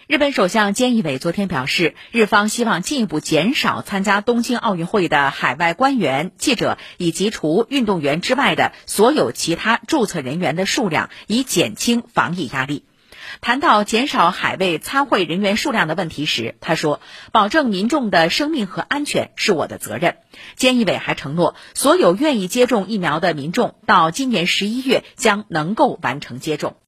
日本首相菅义伟昨天表示，日方希望进一步减少参加东京奥运会的海外官员、记者以及除运动员之外的所有其他注册人员的数量，以减轻防疫压力。谈到减少海外参会人员数量的问题时，他说，保证民众的生命和安全是我的责任。菅义伟还承诺，所有愿意接种疫苗的民众到今年11月将能够完成接种。